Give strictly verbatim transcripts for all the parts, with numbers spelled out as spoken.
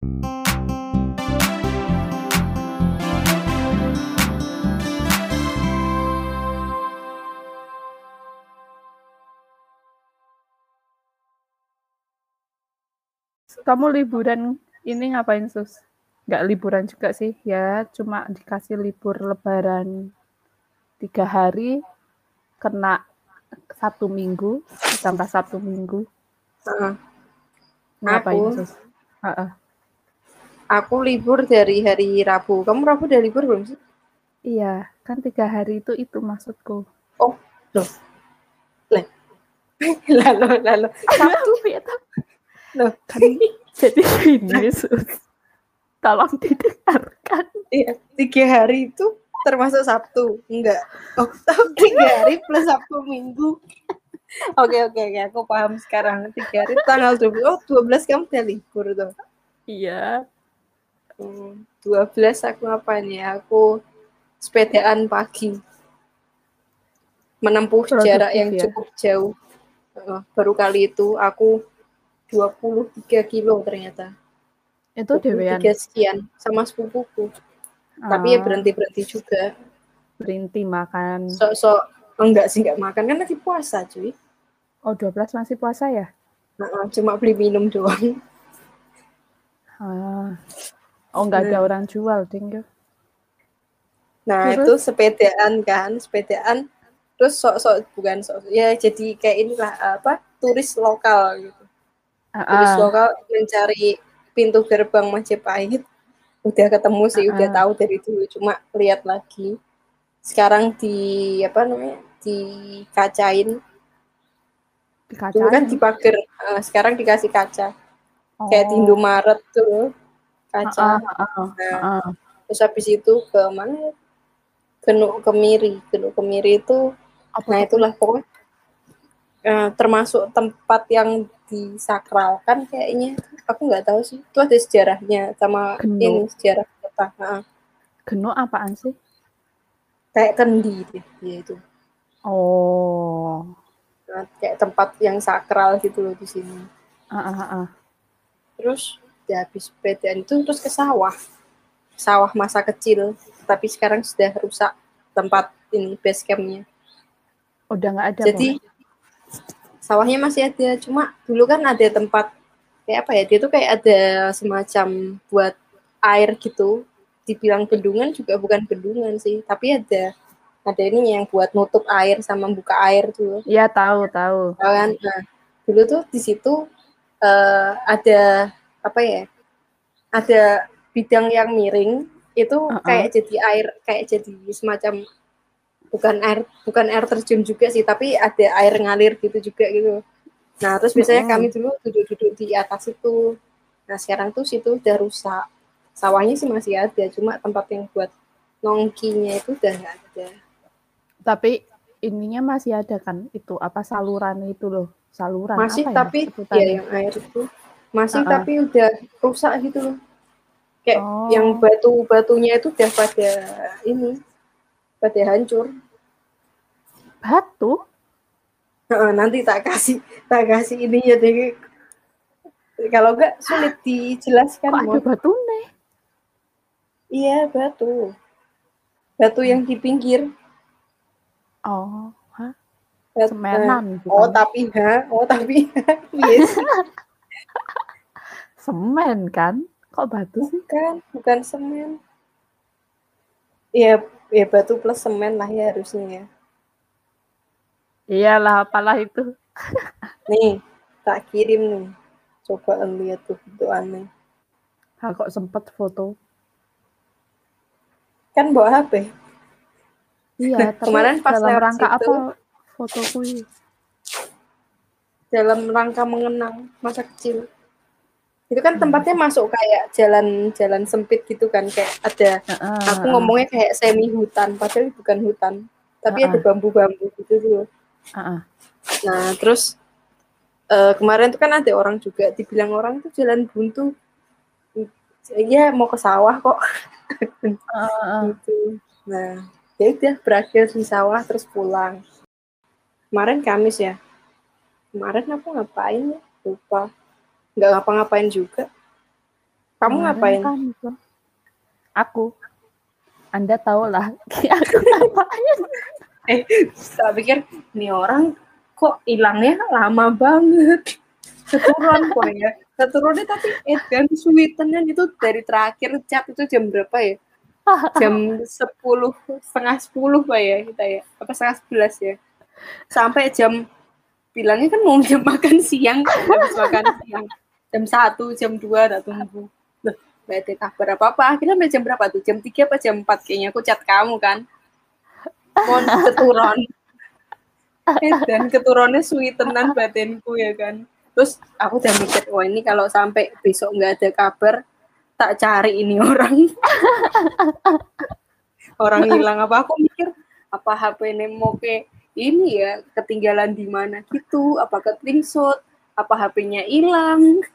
Kamu liburan ini ngapain, Sus? Nggak liburan juga sih, ya cuma dikasih libur lebaran tiga hari, kena satu minggu, ditambah satu minggu. Uh, Ngapain, aku, Sus? Uh-uh. aku libur dari hari Rabu. Kamu Rabu udah libur belum sih? Iya, kan tiga hari itu itu maksudku. Oh, loh. lalu, lalu. Sabtu. Loh. Kan jadi gini, Sus. Tolong didengarkan. Iya, tiga hari itu termasuk Sabtu? Enggak. Oh, tiga hari plus Sabtu Minggu. Oke, oke, oke. Aku paham sekarang. Tiga hari tanggal dua belas. Oh, dua belas kamu udah libur tuh. Iya. Hmm, dua belas aku apa nih? Aku sepedaan pagi. Menempuh Produktif, jarak yang ya? cukup jauh. Uh, baru kali itu aku dua puluh tiga kilo ternyata. Itu dewean? dua puluh tiga sekian sama sepupuku. Ah, tapi ya berhenti-berhenti juga. Berhenti makan. Sok-sok enggak sih, enggak makan kan masih puasa cuy. Oh, dua belas masih puasa ya? Nah, cuma beli minum doang. Ah. Oh, enggak ada Hmm. orang jual, ding. Nah, Terus? itu sepedaan kan, sepedaan terus sok-sok bukan sok ya jadi kayak inilah apa turis lokal gitu. Uh-uh. Turis lokal mencari pintu gerbang Majapahit. Udah ketemu sih, uh-uh. udah tahu dari dulu, cuma lihat lagi. Sekarang di apa namanya? Dikacain. Dikacain. Dulu kan dipagar, uh, sekarang dikasih kaca. Oh. Kayak di Indomaret tuh kaca. Uh-uh, uh-uh, nah, uh-uh. terus habis itu ke mana? Genuk Kemiri. Genuk Kemiri itu apa nah itulah itu? Pokoknya uh, termasuk tempat yang disakralkan kayaknya. Aku nggak tahu sih. Itu ada sejarahnya sama Genuk. Ini sejarah kota. Nah. Genuk apaan sih? Kayak kendi dia itu. Oh. Nah, kayak tempat yang sakral gitu loh di sini. Uh-uh, uh-uh. Terus ya habis sepedaan itu terus ke sawah. Sawah masa kecil, tapi sekarang sudah rusak tempat ini base campnya. Udah nggak ada. Jadi bang? Sawahnya masih ada, cuma dulu kan ada tempat kayak apa ya? Dia tuh kayak ada semacam buat air gitu. Dibilang bendungan juga bukan bendungan sih, tapi ada ada ini yang buat nutup air sama buka air tuh. Iya tahu tahu. Kan? Nah, dulu tuh di situ uh, ada apa ya? Ada bidang yang miring itu uh-uh. kayak jadi air kayak jadi semacam bukan air bukan air terjun juga sih, tapi ada air ngalir gitu juga gitu. Nah terus biasanya uh-uh. kami dulu duduk-duduk di atas itu. Nah sekarang tuh situ udah rusak. Sawahnya sih masih ada, cuma tempat yang buat nongkinya itu udah nggak ada. Tapi ininya masih ada kan itu apa saluran itu loh, saluran masih apa tapi ya, ya yang air itu masih uh-uh. tapi udah rusak gitu loh. Kayak oh. yang batu-batunya itu udah pada ini, pada hancur. Batu? Nah, nanti tak kasih, tak kasih ininya deh. Kalau enggak sulit dijelaskan. Kok ada batu nih? Iya batu, batu hmm. yang di pinggir. Oh, hah? Batu. Semenan. Oh tapi ha, oh tapi yes. Semen kan? Kok batu sih? Bukan, bukan semen. Iya, ya batu plus semen lah ya harusnya ya. Iyalah, apalah itu. Nih, tak kirim nih. Coba lihat tuh bentukannya. Ah, kok sempet foto? Kan bawa H P. Iya, tapi kemarin pas dalam rangka situ, apa fotoku ini? Dalam rangka mengenang masa kecil. Itu kan tempatnya hmm. masuk kayak jalan-jalan sempit gitu kan, kayak ada uh, aku uh, ngomongnya kayak semi hutan, padahal bukan hutan, tapi uh, ada bambu-bambu gitu tuh. Uh, uh. Nah terus uh, kemarin tuh kan ada orang juga, dibilang orang tuh jalan buntu, iya mau ke sawah kok. uh, uh. gitu. Nah ya udah berakhir di sawah terus pulang. Kemarin Kamis ya. Kemarin aku ngapain ya? Lupa. Nggak ngapa-ngapain juga. Kamu ngapain? Kan, aku. Anda tahu lah. Aku ngapain? Eh, saya pikir nih orang kok hilangnya lama banget. Keturun kok ya. Keturunnya tapi Edan Sweeten itu dari terakhir chat itu jam berapa ya? Jam sepuluh, setengah sepuluh Pak ya kita ya. Apa setengah sebelas ya. Sampai jam, bilangnya kan mau jam makan siang, habis makan siang. Jam satu, jam dua udah tunggu. Loh, gak ada kabar apa-apa. Akhirnya sampai jam berapa tuh? Jam tiga apa jam empat kayaknya aku chat kamu kan. Mon keturun. Dan keturunnya sweetenan batinku ya kan. Terus aku udah mikir, wah ini kalau sampai besok nggak ada kabar, tak cari ini orang. Orang hilang apa? Aku mikir, apa H P Nemo ke ini ya, ketinggalan di mana gitu, apa ke screenshot, apa H P-nya hilang.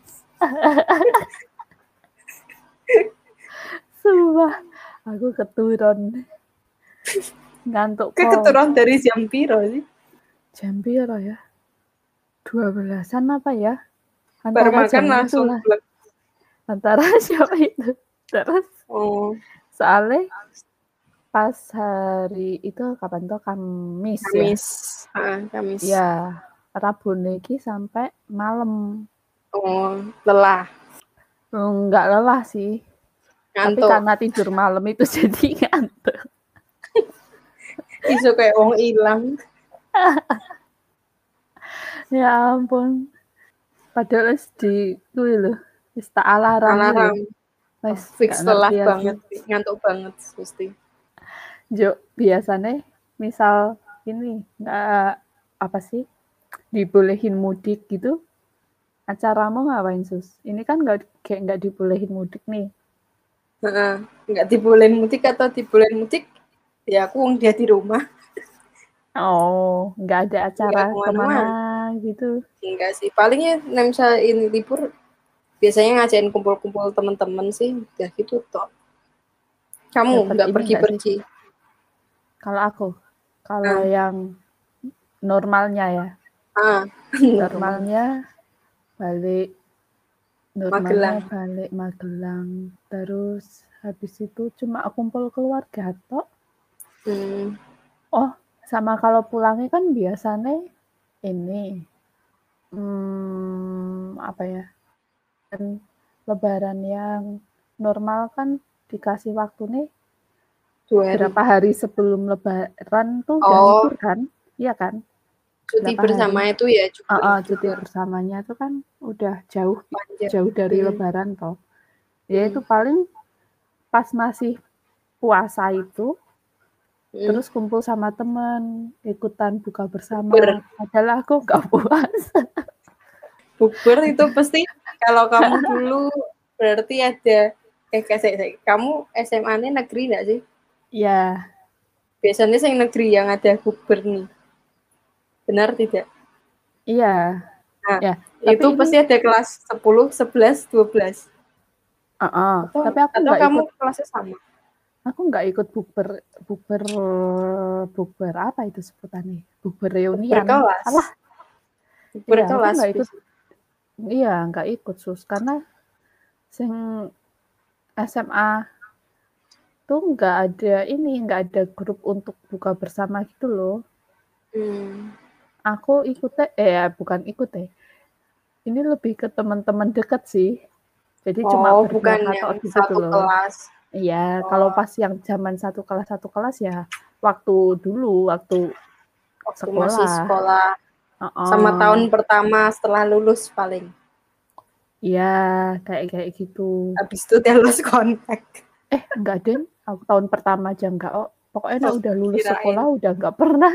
Sumpah, aku keturun. Ngantuk kok. Keturun dari jam piro sih? Jam piro ya? dua belasan apa ya? Antara baru makan langsung blek. Antara siapa itu? Terus oh. Soalnya pas hari itu kapan tuh Kamis, Kamis. ya? Ah, Kamis. Ya, Rabu niki sampai malam. Oh, lelah. Enggak lelah sih. Ngantuk. Tapi karena tidur malam itu jadi ngantuk. Iso kayak wong ilang. Ya ampun. Padahal di kuwi lho, wis tak alarm. Alarm. Wis fix lelah banget, ngantuk banget mesti. Jo, biasanya misal ini enggak apa sih? Dibolehin mudik gitu. Acaramu ngapain, Sus? Ini kan enggak kayak enggak dibolehin mudik nih. Heeh, enggak dibolehin mudik atau dibolehin mudik? Ya aku dia di rumah. Oh, nggak ada acara kemana gitu? Enggak sih, palingnya nemsa ini libur biasanya ngajain kumpul-kumpul teman-teman sih, ya gitu toh. Kamu nggak pergi-pergi? Kalau aku, kalau ah. yang normalnya ya, ah. normalnya balik, normalnya Magelang. balik Magelang, terus habis itu cuma kumpul keluarga toh. Hmm. Oh, sama kalau pulangnya kan biasanya ini, hmm, apa ya, dan lebaran yang normal kan dikasih waktu nih Dua hari. berapa hari sebelum lebaran tuh udah oh. libur kan, iya kan? Cuti berapa bersama hari? Itu ya juga. Uh, uh, cuti bersamanya itu kan udah jauh Panjang. jauh dari hmm. lebaran toh. Ya hmm. itu paling pas masih puasa itu hmm. terus kumpul sama teman, ikutan buka bersama. Bukber. Padahal aku nggak puasa. Bukber itu pasti kalau kamu dulu berarti ada eh kasih kamu S M A-nya negeri nggak sih? Iya. Biasanya yang negeri yang ada bukber nih. Benar tidak? Iya. Nah, ya, itu ini... pasti ada kelas sepuluh, sebelas, dua belas. Uh-uh. Atau, tapi aku atau nggak kamu ikut kelasnya sama? Aku nggak ikut bukber bukber bukber apa itu sebutannya? Bukber reunian. Bukber kelas. Alah. Bukber iya, kelas. Nggak ikut. Iya, nggak ikut sus karena sing S M A tuh nggak ada ini, nggak ada grup untuk buka bersama gitu loh. Hmm. Aku ikutnya, eh bukan ikut deh. Ini lebih ke teman-teman dekat sih. Jadi oh, cuma bukan yang gitu satu loh. kelas. Iya, oh. Kalau pas yang zaman satu kelas satu kelas ya waktu dulu, waktu, waktu sekolah. Masih sekolah. Uh-uh. Sama tahun pertama setelah lulus paling. Iya, kayak kayak gitu. Habis itu dia lost kontak. Eh, enggak deh. Aku tahun pertama aja enggak. Oh, pokoknya oh, udah lulus kirain. Sekolah udah enggak pernah.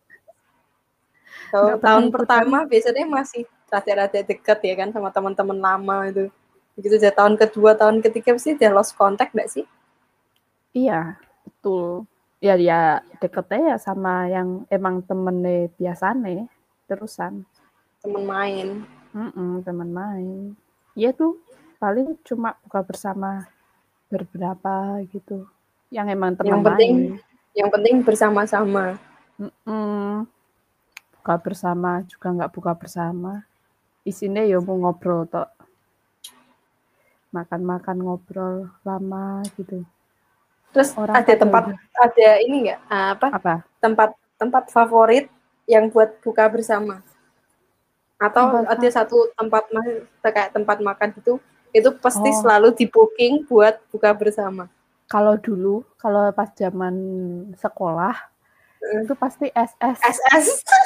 So, enggak tahun pertama ikutan. Biasanya masih rada-rada deket ya kan sama teman-teman lama itu. Begitu aja tahun kedua, tahun ketiga sih dia lost kontak enggak sih? Iya, betul. Ya ya deketnya ya sama yang emang temennya biasanya terusan. Temen main. Mm-mm, temen main. Iya tuh paling cuma buka bersama beberapa gitu. Yang emang teman yang penting, main. Yang penting bersama-sama. Mm-mm. Buka bersama juga nggak buka bersama. Isinya ya mau ngobrol tok. makan-makan ngobrol lama gitu. Terus Orang ada tempat udah... ada ini nggak apa? Apa? Tempat tempat favorit yang buat buka bersama? Atau Tempat ada satu tempat kayak tempat makan gitu, itu pasti oh, selalu di booking buat buka bersama. kalau dulu, kalau pas zaman sekolah, Uh, itu pasti S S. S S.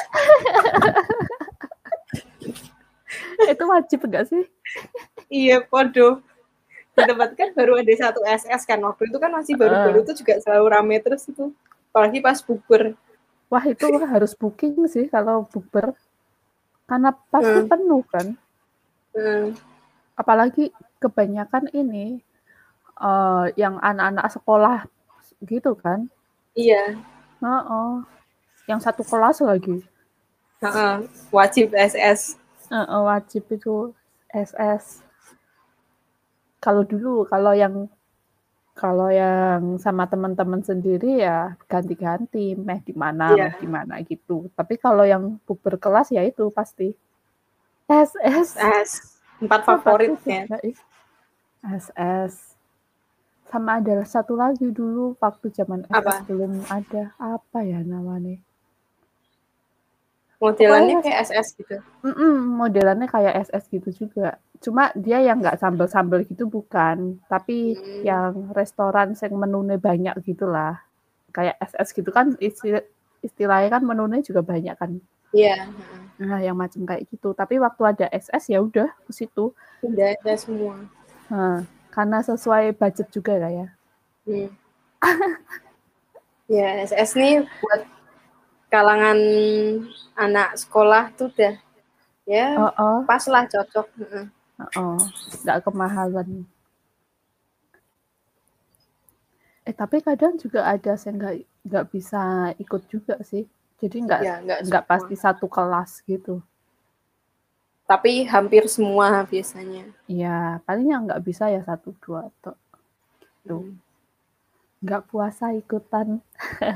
Itu wajib enggak sih? Iya, podo. Di tempat kan baru ada satu S S kan, waktu itu kan masih baru-baru Uh, itu juga selalu rame terus itu. Apalagi pas bukber. wah itu harus booking sih kalau bukber. Karena pasti Hmm. penuh kan. Hmm. Apalagi kebanyakan ini uh, yang anak-anak sekolah gitu kan. Iya. Uh -uh. Yang satu kelas lagi. Uh-uh. Wajib S S. Uh -uh, wajib itu S S. Kalau dulu, kalau yang kalau yang sama teman-teman sendiri ya ganti-ganti, meh di mana, Iya. meh di mana gitu. Tapi kalau yang bukber kelas ya itu pasti S S. S S. Tempat favorit ya. S S. Sama ada satu lagi dulu waktu zaman S S Apa? belum ada, apa ya namanya? Modelannya kayak S S gitu. Mm-mm, modelannya kayak S S gitu juga. Cuma dia yang nggak sambel-sambel gitu bukan, tapi Hmm. yang restoran yang menunya banyak gitulah. Kayak S S gitu kan istilah, istilahnya kan menunya juga banyak kan. Iya. Nah, yang macam kayak gitu. Tapi waktu ada S S ya udah ke situ. Udah ada semua. Nah, karena sesuai budget juga lah ya. Hmm. Ya, S S nih buat kalangan anak sekolah tuh udah ya Oh, oh. pas lah, cocok. Oh, nggak kemahalan. Eh tapi kadang juga ada yang nggak nggak bisa ikut juga sih. Jadi nggak ya, nggak pasti satu kelas gitu. Tapi hampir semua biasanya. Iya, paling yang nggak bisa ya satu dua atau gitu. Hmm. Nggak puasa ikutan.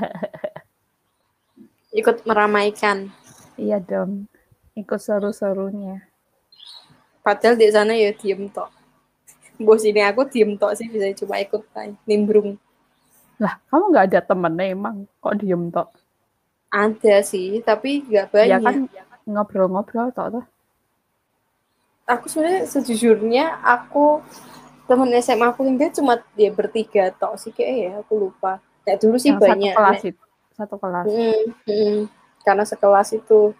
Ikut meramaikan. Iya dong, ikut seru-serunya. Padahal di sana ya diem tok. Bos ini aku diem tok sih, bisa cuma ikut nimbrung. Lah, kamu nggak ada temennya emang? Kok diem tok? Ada sih, tapi nggak banyak. Ya kan ngobrol-ngobrol tok tuh. Aku sebenarnya sejujurnya aku temen S M A aku hingga cuma dia bertiga tok sih kayak ya, aku lupa. Kayak dulu sih yang banyak. Satu kelas itu, satu kelas. Hmm, hmm, karena sekelas itu.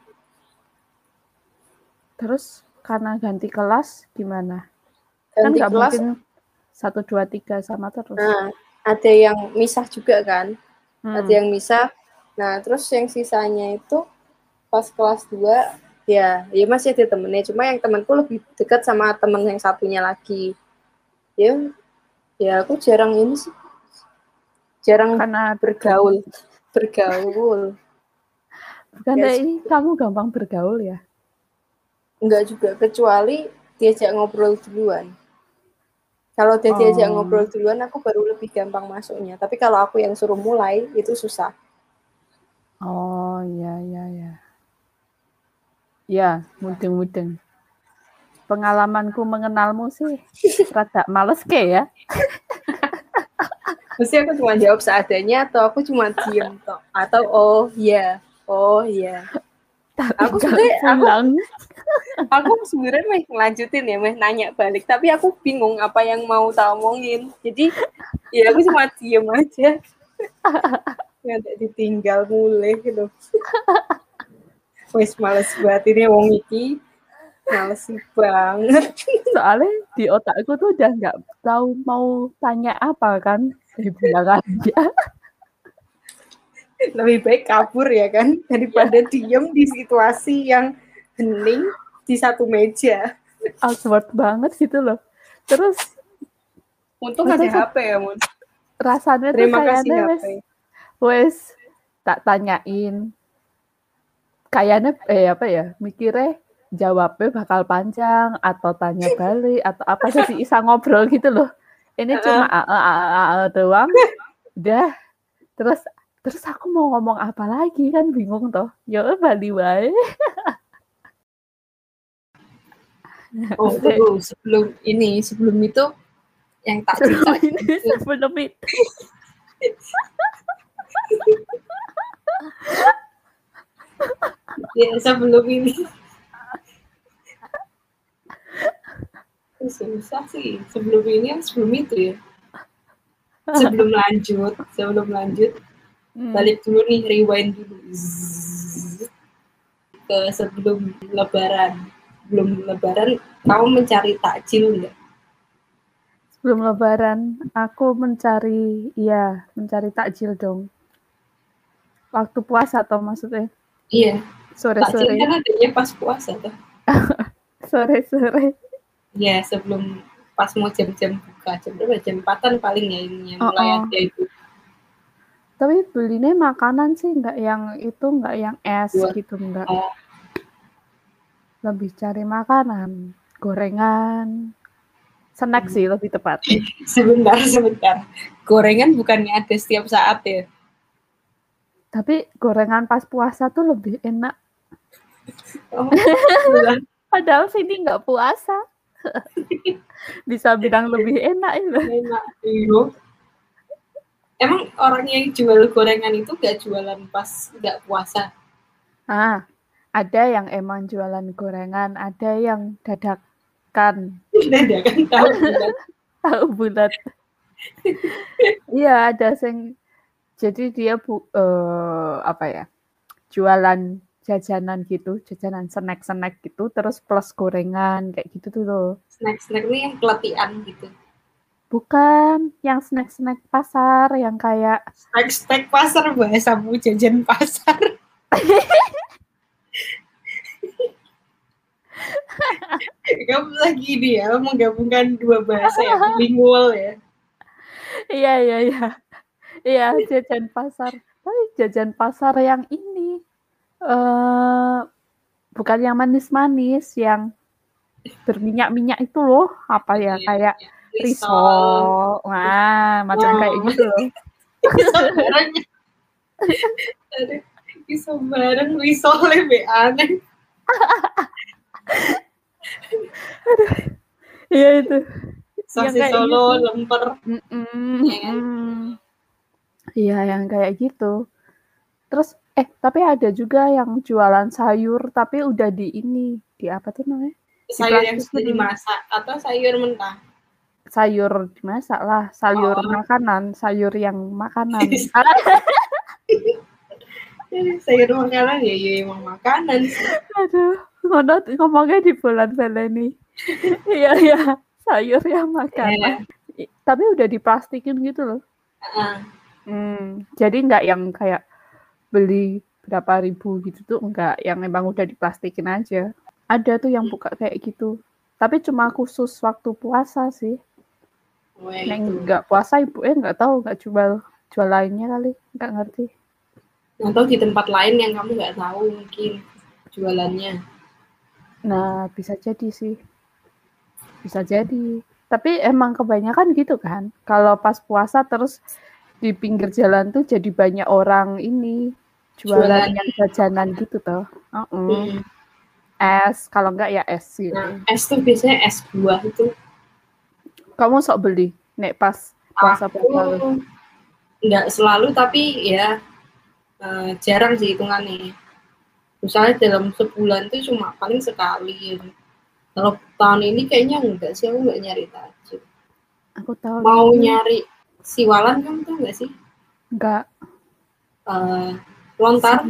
Terus karena ganti kelas gimana? Ganti kan nggak kelas, mungkin satu dua tiga sama terus. Nah, ada yang misah juga kan. Hmm. Ada yang misah. Nah, terus yang sisanya itu pas kelas dua ya, ya masih ada temennya. Cuma yang temanku lebih dekat sama temen yang satunya lagi. Ya, ya aku jarang ini sih. Jarang Karena bergaul. Bergaul. Karena ya, ini kamu gampang bergaul ya? Enggak juga, kecuali diajak ngobrol duluan. Kalau dia oh. diajak ngobrol duluan, aku baru lebih gampang masuknya. Tapi kalau aku yang suruh mulai, itu susah. Oh, iya, iya, iya. Ya, mudeng-mudeng. Pengalamanku mengenalmu sih rada males ke ya. Mesti aku cuma jawab seadanya, atau aku cuma diem toh. Atau oh iya, yeah. oh iya. Yeah. Aku sebenarnya aku, aku sebenarnya meh ngelanjutin ya, meh nanya balik. Tapi aku bingung apa yang mau tak omongin. Jadi ya aku cuma diem aja. Nggak ditinggal mulai gitu. Wes males banget ini wong iki. Males banget. Soalnya di otakku tuh udah nggak tahu mau tanya apa kan. Saya bilang aja. Lebih baik kabur ya kan, daripada ya. Diem di situasi yang hening di satu meja. Awkward banget gitu loh. Terus untung ada H P ya, Mun. Rasanya Terima tuh kayaknya wes, wes tak tanyain. Kayaknya eh apa ya, mikirnya jawabnya bakal panjang atau tanya balik atau apa jadi bisa ngobrol gitu loh. Ini uh-uh. cuma a a a a doang. Udah. Terus terus aku mau ngomong apa lagi kan bingung toh. Ya bali wae. Oh, dulu sebelum ini, sebelum itu yang takjil Sebelum takjil ini, itu. sebelum itu. Ya, sebelum ini. Susah sih. Sebelum ini yang sebelum itu ya. Sebelum lanjut, sebelum lanjut, Hmm. balik dulu nih, rewind dulu. Zzz, ke sebelum lebaran. Belum lebaran, kamu mencari takjil nggak? Sebelum lebaran, aku mencari, iya, mencari takjil dong. Waktu puasa atau maksudnya? Iya. Takjil Sore-sore. kan adanya pas puasa tuh. Sore-sore. Ya, sebelum pas mau jam-jam buka. Jam berapa? Jam empatan paling ya ini yang Oh, mulai oh. ada itu. Tapi belinya makanan sih, nggak yang itu, nggak yang es Buat, gitu, nggak. oh, Lebih cari makanan, gorengan, snack sih lebih tepat. sebentar, sebentar. Gorengan bukannya ada setiap saat ya? Tapi gorengan pas puasa tuh lebih enak. Oh, Padahal sini nggak puasa. Bisa bilang lebih enak itu. enak. Iyo. Emang orang yang jual gorengan itu gak jualan pas gak puasa? Ah, ada yang emang jualan gorengan, ada yang dadakan. Dadakan tahu bulat. Tahu bulat. Iya, ada yang jadi dia bu, uh, apa ya? Jualan jajanan gitu, jajanan snack-snack gitu, terus plus gorengan kayak gitu tuh loh. Snack-snack ini yang keletian gitu. Bukan yang snack-snack pasar yang kayak snack-snack pasar, bahasamu jajan pasar. Kamu lagi nih ya menggabungkan dua bahasa ya, bilingual ya. Iya, iya, iya. Iya, jajan pasar. Tapi jajan pasar yang ini uh, bukan yang manis-manis, yang berminyak-minyak itu loh, apa ya, kayak risol, nah macam oh. kayak gitu loh. Bisa bareng, bisa bareng risol lebih aneh. Iya itu. Sosis Solo, gitu. Lemper. Iya, yang kayak gitu. Terus eh tapi ada juga yang jualan sayur tapi udah di ini, di apa tuh namanya? Sayur yang sudah dimasak atau sayur mentah? Sayur dimasak lah, sayur oh. makanan, sayur yang makanan. Sayur makanan ya, ya emang makanan sih. Aduh, ngono ngomongnya di bulan Beleni. Iya ya, sayur yang makanan. Yeah. Tapi udah diplastikin gitu loh. Uh. Hmm, jadi nggak yang kayak beli berapa ribu gitu tuh, enggak, yang memang udah diplastikin aja. Ada tuh yang buka kayak gitu. Tapi cuma khusus waktu puasa sih. Nek nggak puasa ibu eh nggak tahu, nggak jual jual lainnya kali, nggak ngerti. Atau di tempat lain yang kamu nggak tahu mungkin jualannya. Nah bisa jadi sih, bisa jadi. Tapi emang kebanyakan gitu kan. Kalau pas puasa terus di pinggir jalan tuh jadi banyak orang ini jualan, jualan. yang jajanan gitu toh. Uh-uh. Hmm. Es, kalau enggak ya es gitu. Nah, es tuh biasanya es buah itu. Kamu sok beli nek pas puasa puasa? Enggak selalu, tapi ya uh, jarang sih hitungannya. Misalnya dalam sebulan tuh cuma paling sekali. Kalau tahun ini kayaknya enggak sih, aku enggak nyari takjil. Aku tahu. Mau ini. Nyari siwalan kamu tahu enggak sih? Enggak. Uh, lontar.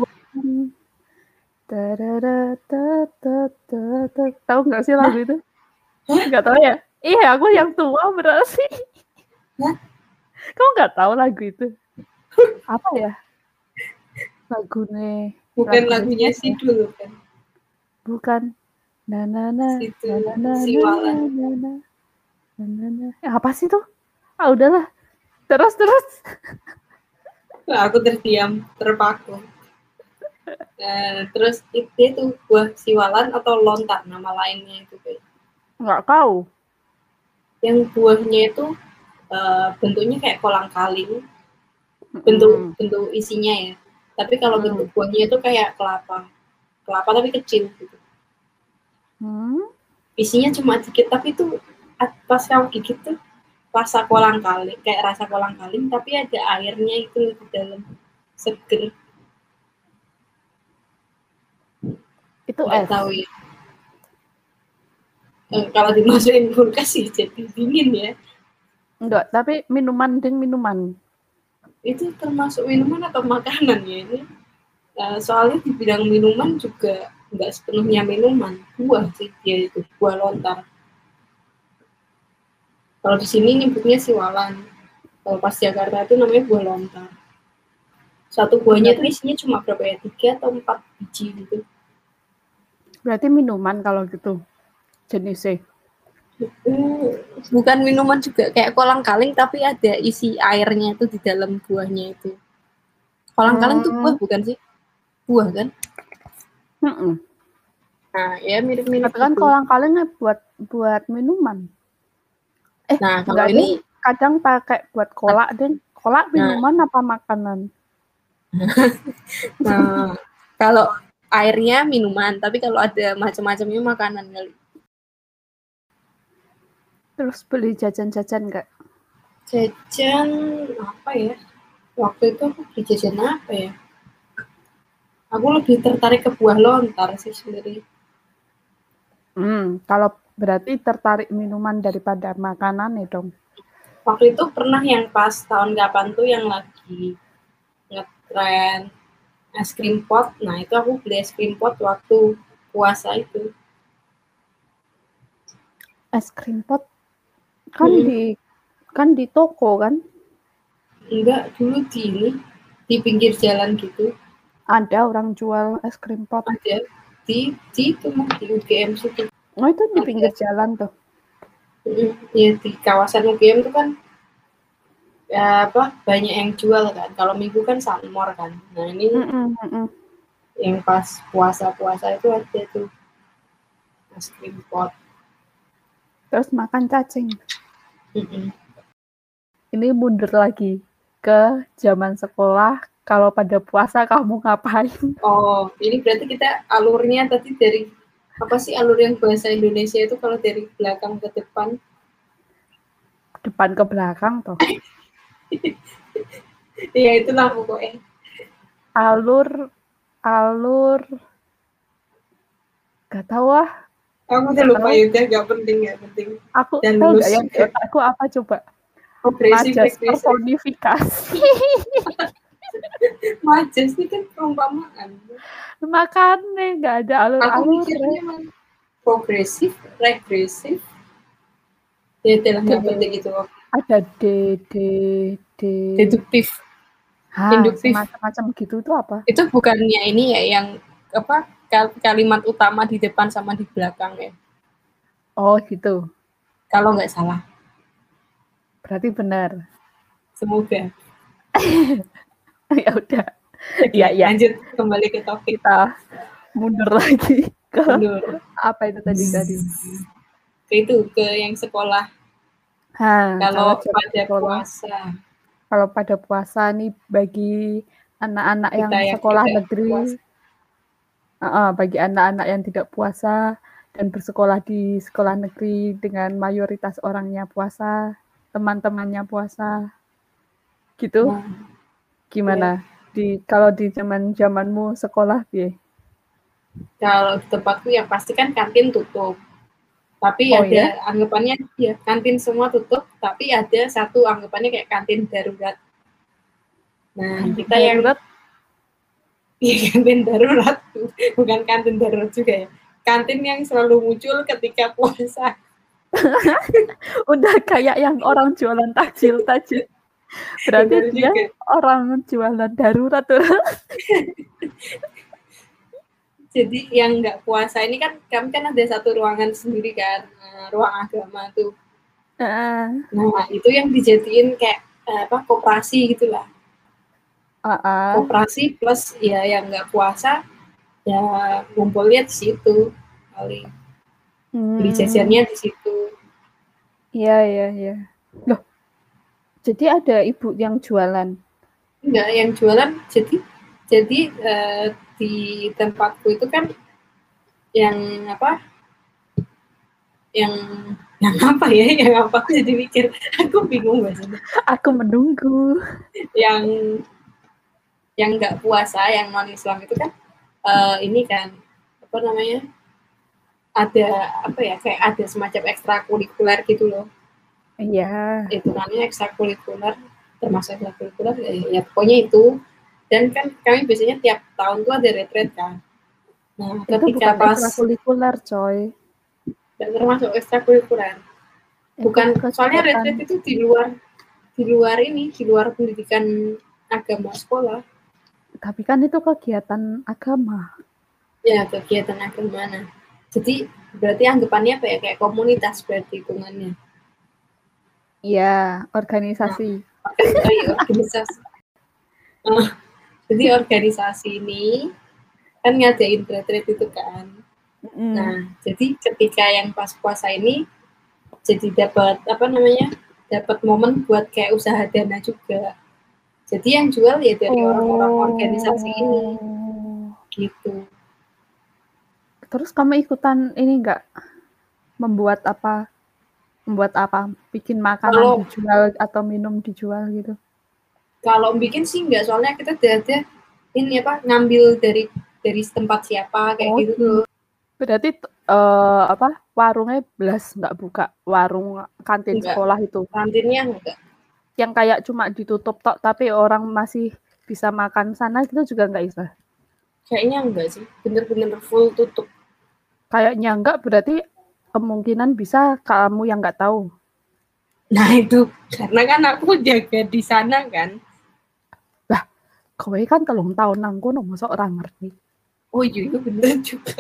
Tahu nggak sih lagu itu? Nggak tahu ya? Iya, aku yang tua berarti. Hah? Kamu nggak tahu lagu itu? Apa ya? Lagunya. Bukan lagunya Sidul kan? Bukan. Na na na. Na na na na na. Apa sih tuh? Ah udahlah. Terus terus. Aku terdiam, terpaku. Nah, terus itu, itu buah siwalan atau lontar nama lainnya itu kayak. Nggak tahu. Yang buahnya itu uh, bentuknya kayak kolang-kaling, bentuk hmm. bentuk isinya ya. Tapi kalau hmm. bentuk buahnya itu kayak kelapa, kelapa tapi kecil gitu. Hmm. isinya cuma dikit, tapi itu pas kamu gigit tuh rasa kolang-kaling, kayak rasa kolang-kaling, tapi ada airnya itu di dalam, seger. Itu nggak es. tahu ya. Eh, kalau dimasukin kulkas sih jadi dingin ya. Enggak, tapi minuman ding minuman. Itu termasuk minuman atau makanan ya ini? Uh, soalnya di bidang minuman juga nggak sepenuhnya minuman, buah sih dia itu, buah lontar. Kalau di sini nyebutnya siwalan. Kalau pas Jakarta itu namanya buah lontar. Satu buahnya itu isinya cuma berapa ya? Tiga atau empat biji gitu. Berarti minuman kalau gitu jenisnya. Hmm, bukan minuman juga, kayak kolang-kaling tapi ada isi airnya itu di dalam buahnya itu. Kolang-kaling itu hmm. buah bukan sih? Buah kan? Mm-mm. Nah, ya mirip-mirip kan gitu. Kolang-kalingnya buat buat minuman. Eh, nah, kalau ini deh, kadang pakai buat kolak deh. Kolak minuman nah. apa makanan? Nah, kalau airnya minuman, tapi kalau ada macam-macamnya makanan kali. Terus beli jajan-jajan nggak? Jajan apa ya? Waktu itu aku beli jajan apa ya? Aku lebih tertarik ke buah lontar sih sebenarnya. Hmm, kalau berarti tertarik minuman daripada makanan ya dong. Waktu itu pernah yang pas tahun kapan tuh yang lagi ngetren es krim pot. Nah, itu aku beli es krim pot waktu puasa itu. Es krim pot kan hmm. di kan di toko kan? Enggak, dulu di ini di pinggir jalan gitu. Ada orang jual es krim pot. Ada di di itu di U G M situ. Oh, itu di pinggir ada. Jalan tuh. Ya, di kawasan U G M itu kan ya apa banyak yang jual kan. Kalau minggu kan Sunmore kan. Nah, ini mm -mm, mm -mm. yang pas puasa-puasa itu ada tuh es krim pot. Terus makan cacing. Mm -mm. Ini mundur lagi ke zaman sekolah. Kalau pada puasa kamu ngapain? Oh, ini berarti kita alurnya tadi dari apa sih alur yang bahasa Indonesia itu kalau dari belakang ke depan? Depan ke belakang toh. Iya, itulah pokoknya. Alur, alur, gak tahu ah. Aku udah lupa ya, udah gak penting, gak penting. Aku Dan tahu gak yang di otakku apa coba? Progresif, Majas personifikasi. Majas ini kan perumpamaan. Makanya gak ada alur-alur. Progresif, regresif. Ya, itulah gak penting itu. Ada D, D, D. Deduktif. Induktif. Macam-macam gitu itu apa? Itu bukannya ini ya yang apa kalimat utama di depan sama di belakang ya? Oh gitu. Kalau nggak salah. Berarti benar. Semoga. Ya udah. Ya, ya. Lanjut kembali ke topik. Kita mundur lagi ke mundur. Apa itu tadi tadi? Ke itu ke yang sekolah. Ha, kalau, kalau pada sekolah. puasa. Kalau pada puasa nih bagi anak-anak yang, yang sekolah negeri, uh, bagi anak-anak yang tidak puasa dan bersekolah di sekolah negeri dengan mayoritas orangnya puasa, teman-temannya puasa, gitu. Nah, gimana? Ya. Di kalau di zaman zamanmu sekolah ya? Kalau di tempatku yang pasti kan kantin tutup. Tapi oh, ada ya? Anggapannya ya kantin semua tutup, tapi ada satu anggapannya kayak kantin darurat. Nah, kantin kita darurat? yang ya kantin darurat, bukan kantin darurat juga ya. Kantin yang selalu muncul ketika puasa. Udah kayak yang orang jualan takjil-takjil. Berarti dia juga orang jualan darurat tuh. Jadi yang nggak puasa ini kan kami kan ada satu ruangan sendiri kan, nah, ruang agama tuh. Uh. Nah itu yang dijadiin kayak apa koperasi gitulah. Uh-uh. Koperasi plus ya yang nggak puasa ya ngumpulnya di situ kali. Hmm. Beli jajannya di situ. Iya iya iya. Loh, jadi ada ibu yang jualan? Enggak, yang jualan jadi jadi uh, di tempatku itu kan yang apa yang yang apa ya? Yang apa? Jadi mikir, aku bingung maksudnya. Aku menunggu. Yang yang nggak puasa, yang non Islam itu kan uh, ini kan apa namanya? Ada apa ya? Kayak ada semacam ekstrakurikuler gitu loh. Iya. Itu namanya ekstrakurikuler, termasuk ekstrakurikuler ya, ya pokoknya itu. Dan kan kami biasanya tiap tahun tuh ada retreat kan. Nah, itu ketika bukan pas ekstrakurikuler, coy. Dan termasuk ekstrakurikuler. Bukan, itu soalnya retreat itu di luar di luar ini, di luar pendidikan agama sekolah. Tapi kan itu kegiatan agama. Ya, kegiatan agama. Nah, jadi berarti anggapannya apa ya? Kayak komunitas berarti hitungannya. Iya, organisasi. Nah, oh iya, organisasi. Nah, jadi organisasi ini kan ngadain retreat itu kan. Mm. Nah, jadi ketika yang pas puasa ini jadi dapat apa namanya? Dapat momen buat kayak usaha dana juga. Jadi yang jual ya dari oh. orang-orang organisasi ini. Gitu. Terus kamu ikutan ini enggak? Membuat apa? Membuat apa? Bikin makanan kalau, dijual atau minum dijual gitu? Kalau bikin sih enggak, soalnya kita ada ini apa? Ngambil dari dari tempat siapa kayak oh, gitu. Berarti uh, apa? Warungnya belas enggak buka, warung kantin enggak. Sekolah itu. Kantinnya enggak. Yang kayak cuma ditutup tok tapi orang masih bisa makan sana itu juga enggak bisa. Kayaknya enggak sih, bener-bener full tutup. Kayaknya enggak, berarti kemungkinan bisa kamu yang enggak tahu. Nah itu, karena kan aku jaga di sana kan. Lah, kowe kan telung tahun nang kono mosok ora ngerti. Oh iya, itu bener juga.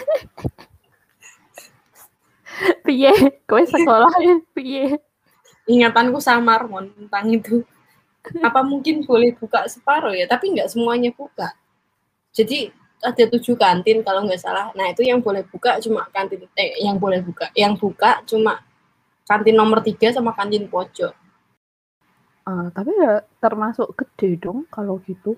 Piye? Kowe sekolah piye? Ingatanku samar mon tentang itu. Apa mungkin boleh buka separuh ya, tapi nggak semuanya buka. Jadi ada tujuh kantin kalau nggak salah. Nah itu yang boleh buka cuma kantin, eh yang boleh buka, yang buka cuma kantin nomor tiga sama kantin pojok. Uh, tapi ya termasuk gede dong kalau gitu.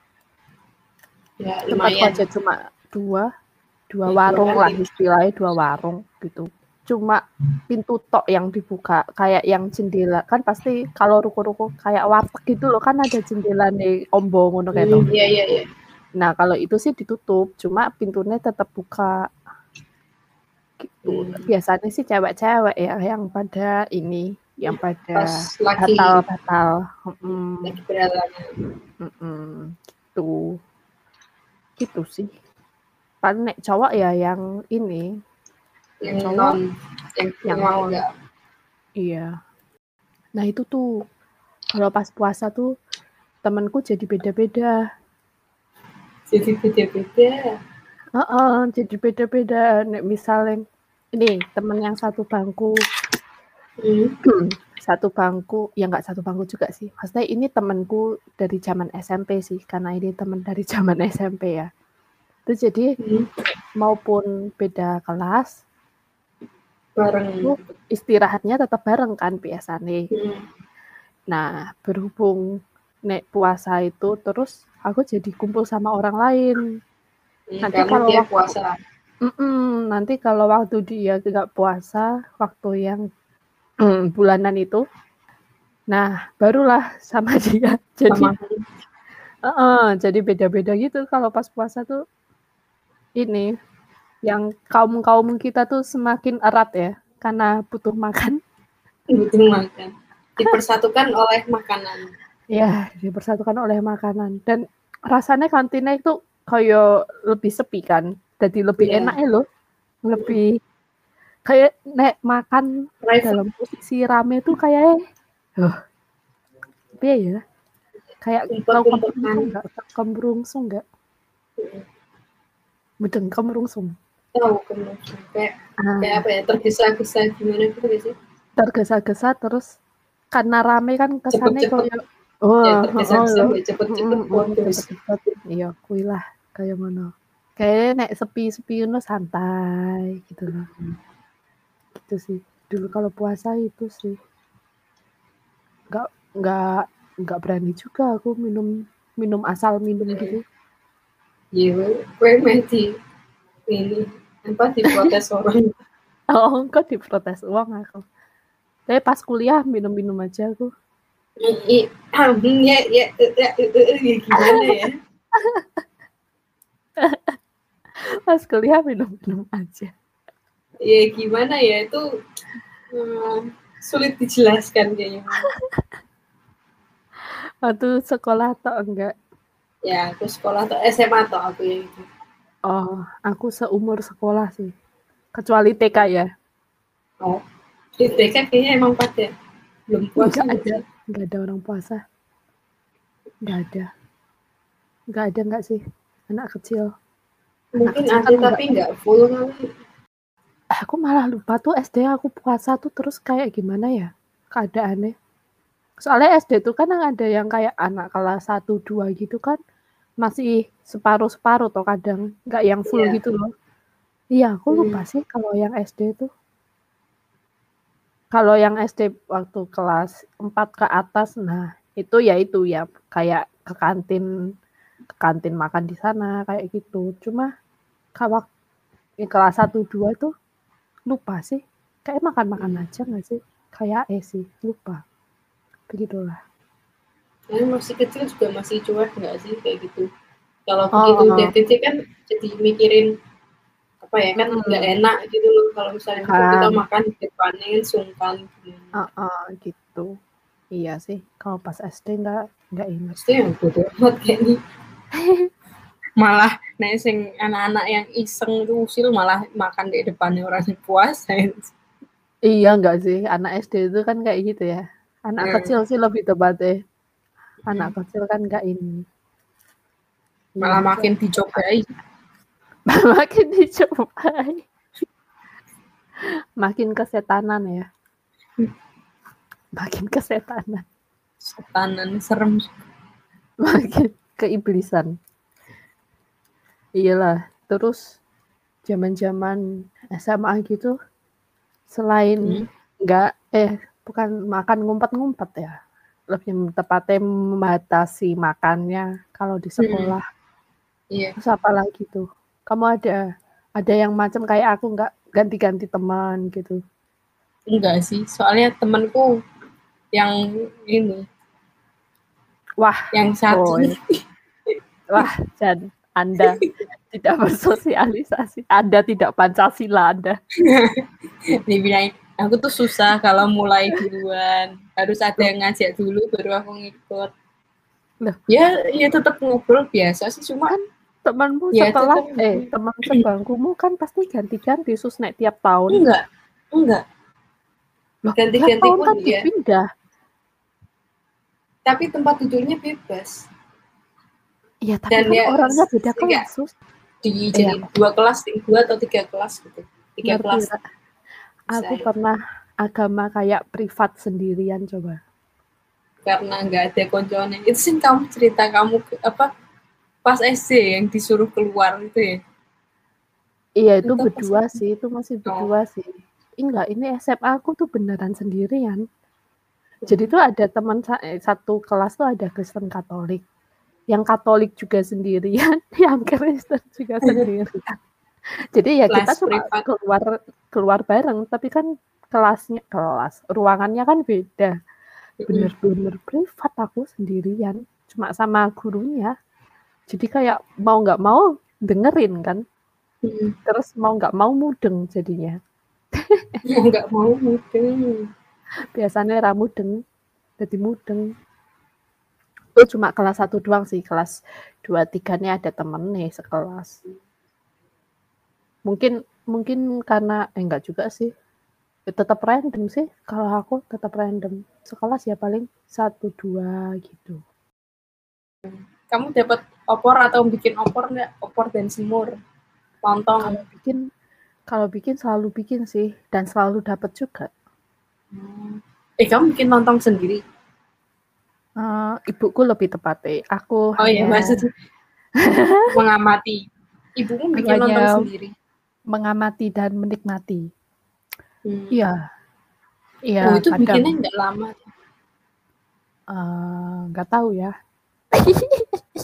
Ya tempat lumayan. aja cuma dua, dua ya, warung lah istilahnya dua warung gitu. Cuma pintu tok yang dibuka, kayak yang jendela kan pasti kalau ruko-ruko kayak warteg gitu loh kan ada jendela nih ombo ngono kayak hmm, iya iya iya. Nah kalau itu sih ditutup, cuma pintunya tetap buka. Gitu. Hmm. Biasanya sih cewek-cewek ya yang pada ini, yang pada batal-batal. Hmm. Lagi berhalangan. Hmm. Gitu. Gitu sih. Paling nek cowok ya yang ini. Yang cowok non, yang, yang mau enggak. Iya. Nah itu tuh kalau pas puasa tuh temanku jadi beda-beda. Jadi beda-beda. Uh-uh, jadi beda-beda. Nek misalnya ini teman yang satu bangku, hmm. satu bangku, ya nggak satu bangku juga sih. Maksudnya ini temanku dari zaman S M P sih, karena ini teman dari zaman S M P ya. Itu jadi hmm. maupun beda kelas, bareng itu istirahatnya tetap bareng kan biasanya. Hmm. Nah berhubung nek puasa itu terus aku jadi kumpul sama orang lain. Hmm, nanti kalau dia waktu, puasa. Nanti kalau waktu dia nggak puasa, waktu yang mm, bulanan itu, nah barulah sama dia. Jadi, sama. uh-uh, jadi beda-beda gitu kalau pas puasa tuh. Ini yang kaum-kaum kita tuh semakin erat ya, karena butuh makan. Butuh makan. Dipersatukan oleh makanan. Ya, dipersatukan oleh makanan. Dan rasanya kantinnya itu kayak lebih sepi kan. Jadi lebih yeah. enak ya loh. Lebih kayak nek makan Private. Dalam posisi rame tuh kayak oh, apa ya? Kayak kalau enggak kemrungsung enggak? Bedeng kemrungsung. Tahu kemrungsung. Kayak ah. kayak apa ya? Tergesa-gesa gimana gitu sih? Tergesa-gesa terus karena rame kan kesannya kayak oh, ya, tergesa-gesa oh, cepet-cepet cepet-cepet. Iya, kuwi lah kayak ngono. Kayak nek sepi-sepi ngono santai gitu loh. Gitu sih. Dulu kalau puasa itu sih. Enggak enggak enggak berani juga aku minum minum asal minum hmm. gitu. Iya, gue mati ini apa di protes orang. Oh, kok diprotes uang aku. Tapi pas kuliah minum-minum aja aku. Iya, ya, ya, ya, ya, gimana ya? Pas kuliah minum-minum aja. Ya gimana ya, itu hmm, sulit dijelaskan kayaknya. Waktu sekolah atau enggak? Ya, aku sekolah atau S M A atau aku yang itu. Oh, aku seumur sekolah sih. Kecuali T K ya. Oh, di T K kayaknya emang pada belum puasa. Enggak ada, enggak ada orang puasa. Enggak ada. Enggak ada enggak sih anak kecil. Mungkin anak ada kan tapi enggak full kali. Aku malah lupa tuh S D aku puasa tuh terus kayak gimana ya keadaannya. Soalnya S D tuh kan ada yang kayak anak kelas satu dua gitu kan masih separuh-separuh toh kadang, enggak yang full yeah. gitu loh. Iya, aku lupa hmm. sih kalau yang S D tuh. Kalau yang S D waktu kelas empat ke atas, nah itu ya itu ya kayak ke kantin ke kantin makan di sana kayak gitu. Cuma kalau kelas satu dua tuh lupa sih. Kayak makan-makan hmm. aja nggak sih? Kayak eh sih, lupa. Begitulah. Ini masih kecil juga masih cuek nggak sih kayak gitu? Kalau oh, begitu oh. D T C kan jadi mikirin apa ya kan nggak hmm. enak gitu loh kalau misalnya kan. Kita makan di depannya kan sungkan. Uh, uh, gitu. Iya sih. Kalau pas S D nggak nggak ingat. S D yang bodoh amat kayaknya. Malah nek sing anak-anak yang iseng itu usil malah makan di depannya orang yang puasa. Iya nggak sih, anak S D itu kan kayak gitu ya. Anak hmm. kecil sih lebih tepatnya. Anak hmm. kecil kan nggak ini. Malah hmm. makin dicobai. makin dicobai. Makin kesetanan ya. Makin kesetanan. Setanan serem. Makin keiblisan. Iyalah, terus zaman-zaman S M A gitu selain enggak hmm. eh bukan makan ngumpet-ngumpet ya. Lebih tepatnya membatasi makannya kalau di sekolah. Hmm. Iya. Terus apa lagi tuh? Kamu ada ada yang macam kayak aku enggak ganti-ganti teman gitu? Enggak sih, soalnya temanku yang ini. Wah, yang satu. Oh, wah, dan Anda tidak bersosialisasi. Anda tidak Pancasila Anda. Dibilang, aku tuh susah kalau mulai duluan. Harus ada yang ngajak dulu baru aku ngikut. Loh. Ya, ya tetap ngobrol biasa sih, cuma kan temanmu ya, setelah tetep, eh teman sebangkumu kan pasti ganti-ganti sus naik tiap tahun. Enggak, enggak. Loh, ganti-ganti pun kan dia. Dipindah. Tapi tempat duduknya bebas. Iya, tapi Dan kan ya, orangnya beda kelas, sus. Di jadi iya. dua kelas, dua atau tiga kelas gitu. Tiga Ngerti, kelas. Ra. Aku Saya. pernah agama kayak privat sendirian coba. Karena nggak ada konconya. Itu sih kamu cerita kamu apa pas S D yang disuruh keluar itu ya? Iya, itu, itu berdua pas... sih, itu masih berdua oh. sih. Enggak, ini S M A aku tuh beneran sendirian. Jadi tuh ada teman satu kelas tuh ada Kristen Katolik. Yang Katolik juga sendirian, yang Kristen juga sendirian. Jadi ya kelas kita cuma privat. keluar keluar bareng, tapi kan kelasnya kelas ruangannya kan beda. Bener-bener privat aku sendirian, cuma sama gurunya. Jadi kayak mau nggak mau dengerin kan, terus mau nggak mau mudeng jadinya. Mau nggak mau mudeng. Biasanya ra mudeng, jadi mudeng. Itu cuma kelas satu doang sih, kelas dua tiga nih ada temen nih sekelas. Mungkin mungkin karena eh enggak juga sih. Tetap random sih, kalau aku tetap random. Sekelas ya paling satu dua gitu. Kamu dapat opor atau bikin opor enggak? Opor dan semur. Lontong. Kalau bikin kalau bikin selalu bikin sih dan selalu dapat juga. Hmm. Eh kamu bikin lontong sendiri? Uh, ibuku lebih tepatnya. Aku Oh iya, maksudnya mengamati. Ibumu bikin lontong sendiri. Mengamati dan menikmati. Iya. Hmm. Iya. Oh, itu kadang. Bikinnya enggak lama. Enggak uh, tahu ya.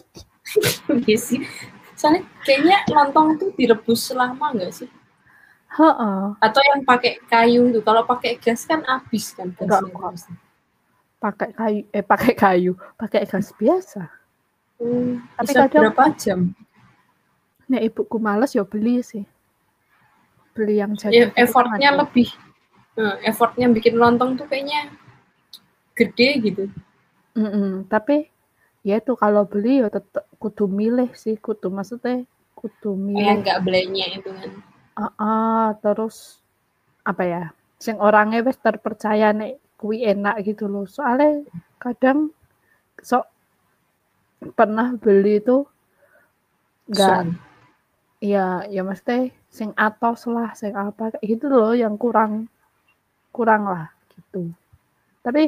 Iya sih. Soalnya kayaknya lontong tuh direbus lama enggak sih? Heeh. Atau yang pakai kayu itu. Kalau pakai gas kan habis kan Enggak gasnya. kok. Pakai kayu, eh pakai kayu, pakai gas biasa. Hmm, Tapi bisa kadang berapa jam? nek ibuku males ya beli sih. Beli yang jadi Ya, gitu kan effortnya ada. lebih, nah, effortnya bikin lontong tuh kayaknya gede gitu. Mm-mm. Tapi ya itu kalau beli ya tetep kudu milih sih, kudu maksudnya kudu Kayak milih. nggak belenya itu kan. Uh-uh, terus apa ya? Sing orangnya wis terpercaya nek kuwi enak gitu loh. Soalnya kadang sok pernah beli itu enggak Sun. ya ya mesti sing atos lah, sing apa kayak gitu loh yang kurang kurang lah gitu. Tapi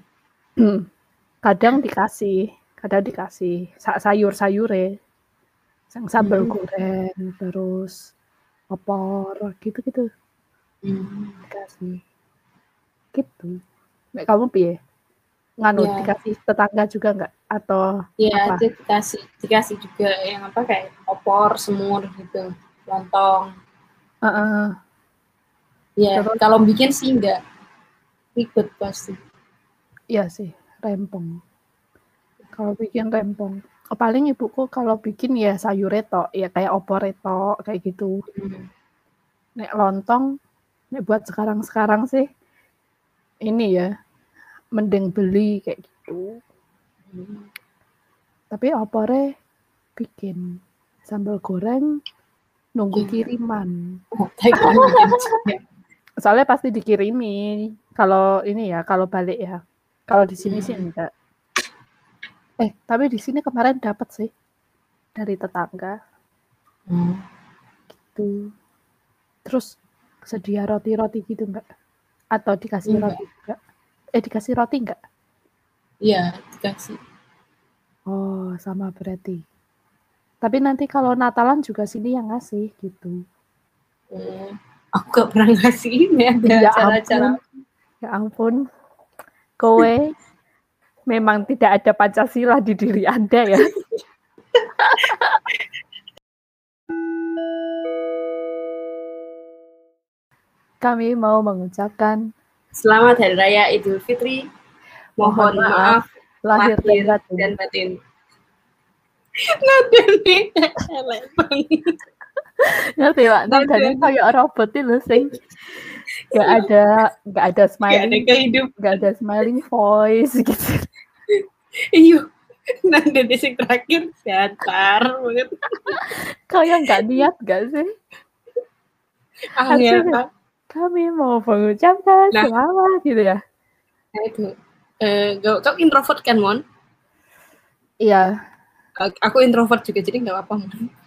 kadang dikasih, kadang dikasih sayur-sayure, yang sambal Hmm. goreng, terus opor, gitu-gitu. Hmm. Dikasih. Gitu. Nek kamu piye? Nganu Ya. dikasih tetangga juga enggak? Atau Ya, apa? itu dikasih dikasih juga yang apa kayak opor, semur gitu, lontong. Heeh. Ya, Terus kalau bikin sih enggak ribet pasti. iya sih, rempong. Kalau bikin rempong. Oh, paling ibuku kalau bikin ya sayur tok, ya kayak opor tok, kayak gitu. Hmm. Nek lontong, nek buat sekarang-sekarang sih ini ya, mending beli kayak gitu. Hmm. Tapi opore bikin sambal goreng nunggu Ya. kiriman. Oh, bikin juga. Soalnya pasti dikirimi. Kalau ini ya, kalau balik ya. Kalau di sini sih Hmm. enggak. Eh, tapi di sini kemarin dapat sih dari tetangga. Hmm. Gitu. Terus sedia roti-roti gitu enggak? Atau dikasih Enggak. roti juga? Eh, dikasih roti enggak? Iya, dikasih. Oh, sama berarti. Tapi nanti kalau Natalan juga sini yang ngasih gitu. Hmm. Aku gak pernah ngasih ini ada Ya cara-cara. ampun. Ya ampun. Kowe memang tidak ada Pancasila di diri Anda ya. Kami mau mengucapkan Selamat Hari Raya Idul Fitri. Mohon, mohon maaf, lahir, lahir dan batin. dan batin. Nadanya elek banget. Ngerti lah, nadanya kayak robot itu sing gak ada gak ada smiling, gak ada kehidupan, gak ada smiling voice gitu. Iya, nada desik terakhir datar banget. Kayak nggak niat gak sih? Angel, Harusnya kami mau mengucapkan nah, selamat gitu ya. Nah itu, eh, kau introvert kan Mon? Iya. Aku introvert juga jadi nggak apa-apa Mon.